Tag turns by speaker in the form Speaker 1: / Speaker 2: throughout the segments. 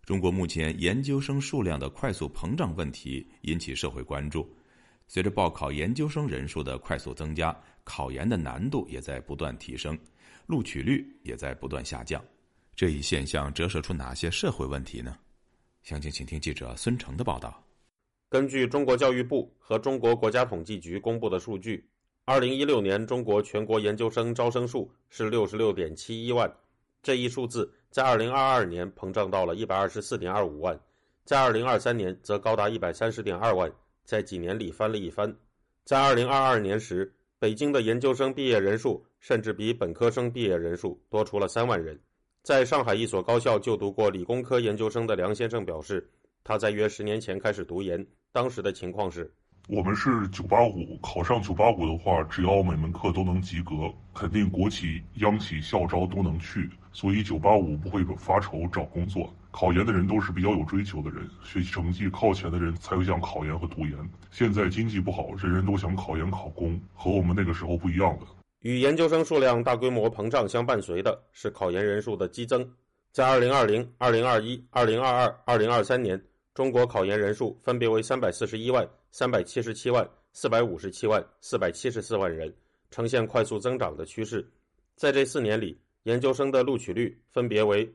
Speaker 1: 中国目前研究生数量的快速膨胀问题引起社会关注。随着报考研究生人数的快速增加，考研的难度也在不断提升，录取率也在不断下降。这一现象折射出哪些社会问题呢？详情请听记者孙成的报道。
Speaker 2: 根据中国教育部和中国国家统计局公布的数据，2016年中国全国研究生招生数是 66.71 万，这一数字在2022年膨胀到了 124.25 万，在2023年则高达 130.2 万，在几年里翻了一番。在2022年时，北京的研究生毕业人数甚至比本科生毕业人数多出了3万人。在上海一所高校就读过理工科研究生的梁先生表示，他在约10年前开始读研，当时的情况是，
Speaker 3: 我们是985，考上985的话，只要每门课都能及格，肯定国企、央企、校招都能去，所以985不会发愁找工作。考研的人都是比较有追求的人，学习成绩靠前的人才会想考研和读研。现在经济不好，人人都想考研考公，和我们那个时候不一样了。
Speaker 2: 与研究生数量大规模膨胀相伴随的是考研人数的激增。在2020、2021、2022、2023年，中国考研人数分别为341万、377万、457万、474万人，呈现快速增长的趋势。在这4年里，研究生的录取率分别为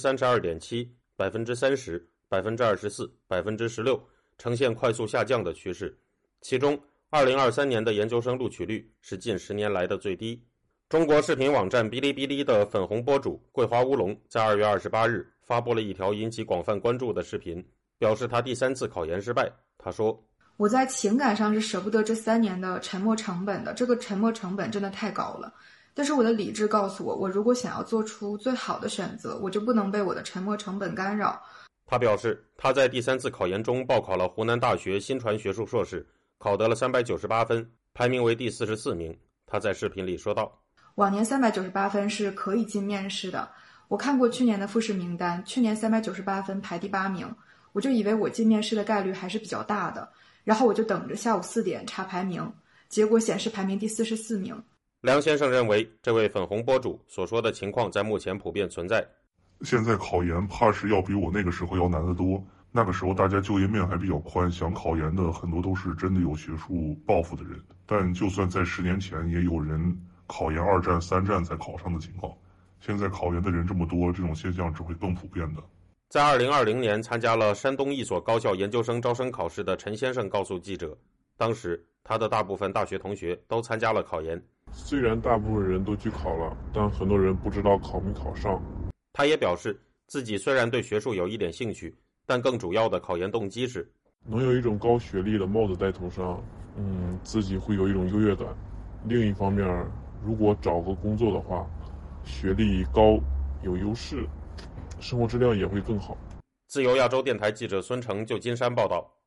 Speaker 2: 32.7%、30%、24%、16%，呈现快速下降的趋势。其中2023年的研究生录取率是近10年来的最低。中国视频网站哔哩哔哩的粉红博主桂花乌龙在2月28日发布了一条引起广泛关注的视频，表示他第3次考研失败。他说，
Speaker 4: 我在情感上是舍不得这3年的沉没成本的，这个沉没成本真的太高了。但是我的理智告诉我，我如果想要做出最好的选择，我就不能被我的沉没成本干扰。
Speaker 2: 他表示，他在第3次考研中报考了湖南大学新传学术硕士，考得了398分，排名为第44名。他在视频里说道，
Speaker 4: 往年398分是可以进面试的，我看过去年的复试名单，去年398分排第8名，我就以为我进面试的概率还是比较大的，然后我就等着下午4点查排名，结果显示排名第44名。
Speaker 2: 梁先生认为，这位粉红博主所说的情况在目前普遍存在。
Speaker 3: 现在考研怕是要比我那个时候要难得多，那个时候大家就业面还比较宽，想考研的很多都是真的有学术抱负的人，但就算在10年前也有人考研2战3战才考上的情况。现在考研的人这么多，这种现象只会更普遍的。
Speaker 2: 在2020年参加了山东一所高校研究生招生考试的陈先生告诉记者，当时他的大部分大学同学都参加了考研。
Speaker 5: 虽然大部分人都去考了，但很多人不知道考没考上。
Speaker 2: 他也表示，自己虽然对学术有一点兴趣，但更主要的考研动机是
Speaker 5: 能有一种高学历的帽子戴头上，自己会有一种优越感。另一方面，如果找个工作的话，学历高有优势，生活质量也会更好。
Speaker 2: 自由亚洲电台记者孙成，旧金山报道。